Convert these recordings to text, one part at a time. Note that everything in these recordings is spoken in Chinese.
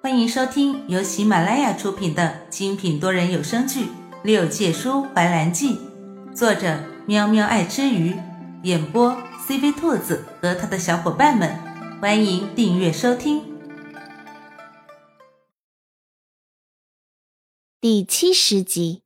欢迎收听由喜马拉雅出品的精品多人有声剧《六界书怀兰记》，作者喵喵爱吃鱼，演播 CV 兔子和他的小伙伴们。欢迎订阅收听。 第70集。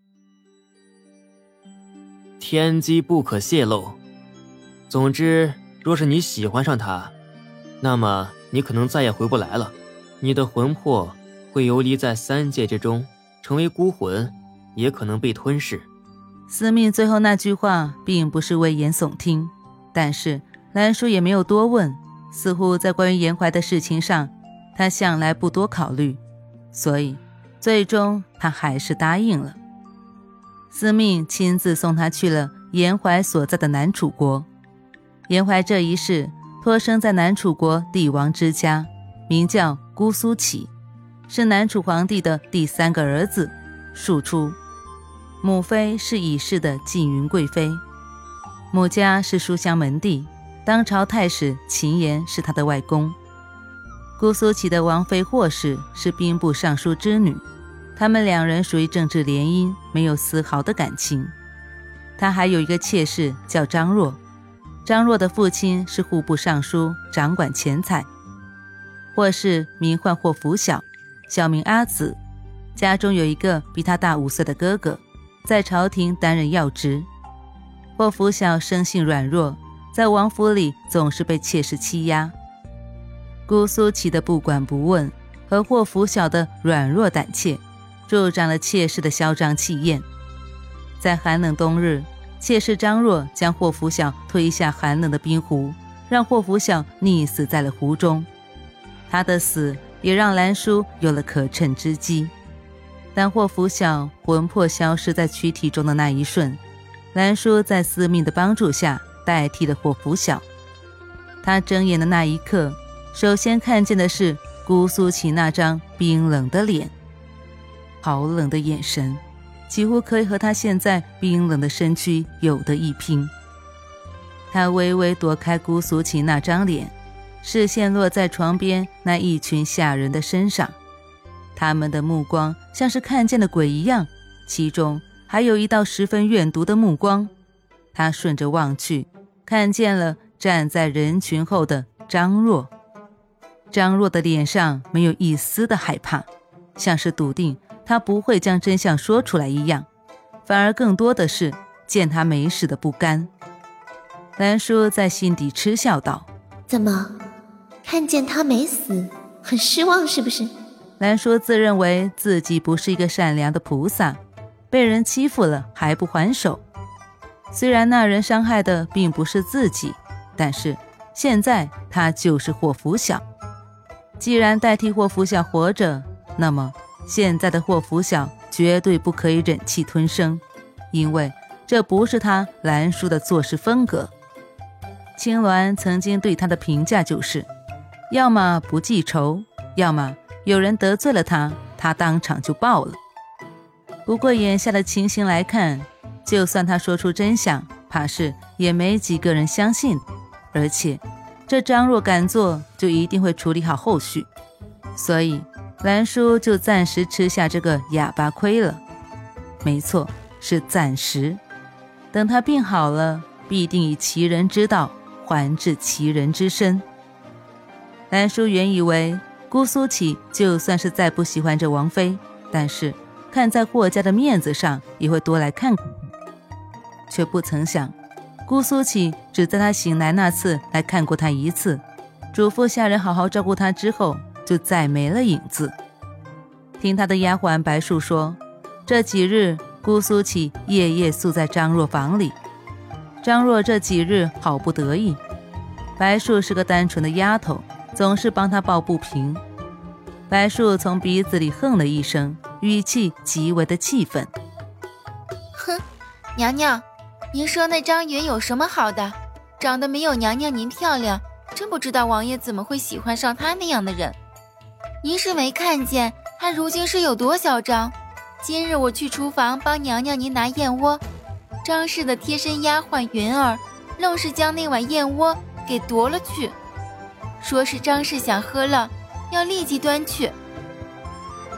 天机不可泄露。总之，若是你喜欢上他，那么你可能再也回不来了。你的魂魄会游离在三界之中，成为孤魂，也可能被吞噬。 司命最后那句话并不是危言耸听，但是兰叔也没有多问，似乎在关于颜怀的事情上，他向来不多考虑，所以最终他还是答应了。司命亲自送他去了颜怀所在的南楚国。颜怀这一世托生在南楚国帝王之家，名叫姑苏乞，是南楚皇帝的第3个儿子，庶出。母妃是已逝的缙云贵妃，母家是书香门第，当朝太史秦岩是他的外公。姑苏乞的王妃霍氏是兵部尚书之女，他们2人属于政治联姻，没有丝毫的感情。他还有一个妾室叫张若，张若的父亲是户部尚书，掌管钱财。霍氏名唤霍福晓，小名阿紫，家中有一个比他大5岁的哥哥，在朝廷担任要职。霍福晓生性软弱，在王府里总是被妾室欺压。姑苏乞的不管不问和霍福晓的软弱胆怯，助长了妾室的嚣张气焰。在寒冷冬日，妾室张若将霍福晓推下寒冷的冰湖，让霍福晓溺死在了湖中。他的死也让兰叔有了可乘之机。当霍福晓魂魄消失在躯体中的那一瞬，兰叔在司命的帮助下代替了霍福晓。他睁眼的那一刻，首先看见的是姑苏乞那张冰冷的脸，好冷的眼神，几乎可以和他现在冰冷的身躯有得一拼。他微微躲开姑苏乞那张脸，视线落在床边那一群下人的身上，他们的目光像是看见了鬼一样，其中还有一道十分怨毒的目光。他顺着望去，看见了站在人群后的张若。张若的脸上没有一丝的害怕，像是笃定他不会将真相说出来一样，反而更多的是见他没事的不甘。兰叔在心底嗤笑道： 怎么看见他没死，很失望是不是？ 兰叔自认为自己不是一个善良的菩萨，被人欺负了还不还手。虽然那人伤害的并不是自己，但是现在他就是霍福晓。既然代替霍福晓活着，那么现在的霍福晓绝对不可以忍气吞声，因为这不是他兰叔的做事风格。青鸾曾经对他的评价就是，要么不记仇，要么有人得罪了他，他当场就爆了。不过眼下的情形来看，就算他说出真相，怕是也没几个人相信，而且这张若敢做，就一定会处理好后续，所以兰叔就暂时吃下这个哑巴亏了。没错，是暂时，等他病好了，必定以其人之道还治其人之身。兰叔原以为姑苏乞就算是再不喜欢这王妃，但是看在霍家的面子上也会多来看看，却不曾想姑苏乞只在他醒来那次来看过他一次，嘱咐下人好好照顾他之后就再没了影子。听他的丫鬟白树说，这几日姑苏乞夜夜宿在张若房里。张若这几日好不得意，白树是个单纯的丫头，总是帮他抱不平。白树从鼻子里哼了一声，语气极为的气愤： 哼，娘娘，您说那张云有什么好的？长得没有娘娘您漂亮，真不知道王爷怎么会喜欢上她那样的人。您是没看见她如今是有多嚣张？今日我去厨房帮娘娘您拿燕窝，张氏的贴身丫鬟云儿愣是将那碗燕窝给夺了去，说是张氏想喝了，要立即端去。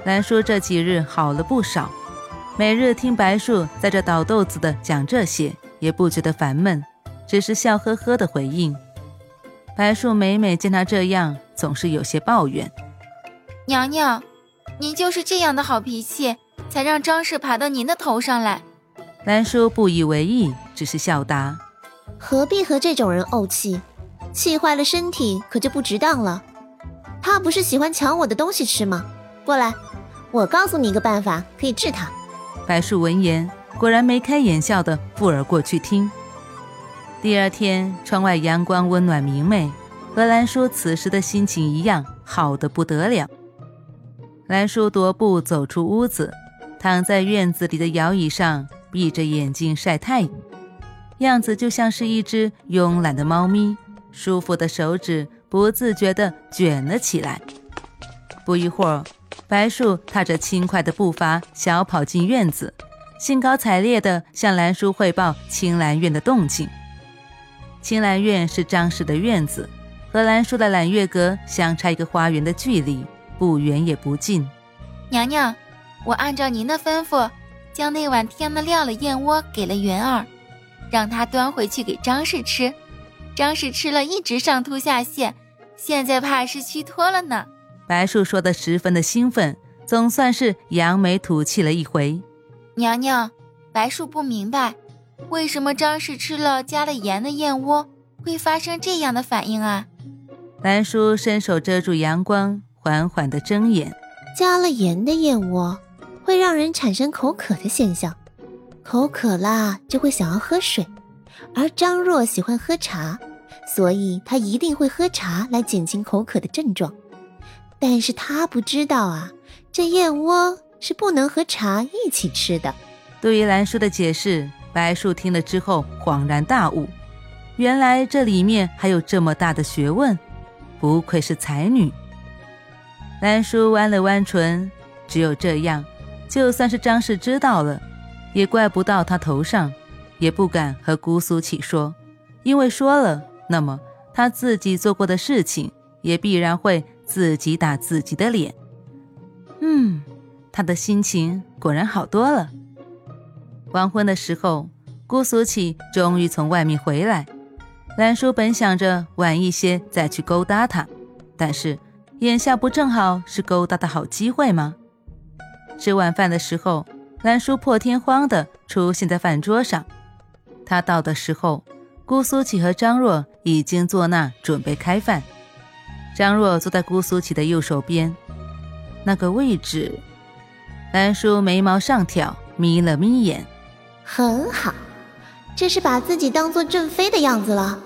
兰叔这几日好了不少，每日听白树在这倒豆子的讲这些，也不觉得烦闷，只是笑呵呵的回应。白树每每见他这样，总是有些抱怨： 娘娘，您就是这样的好脾气，才让张氏爬到您的头上来。 兰叔不以为意，只是笑答： 何必和这种人怄气，气坏了身体可就不值当了。他不是喜欢抢我的东西吃吗？过来，我告诉你一个办法，可以治他。 白树闻言，果然眉开眼笑的附耳过去听。第二天，窗外阳光温暖明媚，和兰叔此时的心情一样，好得不得了。兰叔踱步走出屋子，躺在院子里的摇椅上，闭着眼睛晒太阳，样子就像是一只慵懒的猫咪，舒服的手指不自觉地卷了起来。不一会儿，白树踏着轻快的步伐小跑进院子，兴高采烈地向兰叔汇报青兰院的动静。青兰院是张氏的院子，和兰叔的揽月阁相差一个花园的距离，不远也不近。 娘娘，我按照您的吩咐，将那碗添了料的燕窝给了元儿，让他端回去给张氏吃。张氏吃了一直上吐下泻，现在怕是虚脱了呢。 白树说得十分的兴奋，总算是扬眉吐气了一回。 娘娘，白树不明白，为什么张氏吃了加了盐的燕窝会发生这样的反应啊？ 兰叔伸手遮住阳光，缓缓地睁眼。 加了盐的燕窝会让人产生口渴的现象，口渴啦就会想要喝水，而张若喜欢喝茶，所以他一定会喝茶来减轻口渴的症状。但是他不知道啊，这燕窝是不能和茶一起吃的。 对于兰叔的解释，白树听了之后恍然大悟，原来这里面还有这么大的学问，不愧是才女。兰叔弯了弯唇，只有这样，就算是张氏知道了，也怪不到他头上，也不敢和姑苏起说，因为说了，那么他自己做过的事情也必然会自己打自己的脸。他的心情果然好多了。黄昏的时候，姑苏起终于从外面回来，兰叔本想着晚一些再去勾搭他，但是眼下不正好是勾搭的好机会吗？吃晚饭的时候，兰叔破天荒地出现在饭桌上。他到的时候，姑苏起和张若已经坐那准备开饭。张若坐在姑苏起的右手边，那个位置，兰叔眉毛上挑，眯了眯眼。 很好，这是把自己当作正妃的样子了。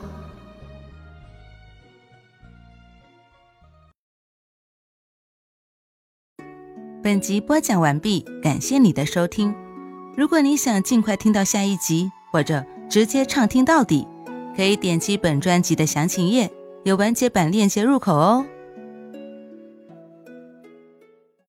本集播讲完毕，感谢你的收听。如果你想尽快听到下一集，或者直接畅听到底，可以点击本专辑的详情页，有完结版链接入口哦。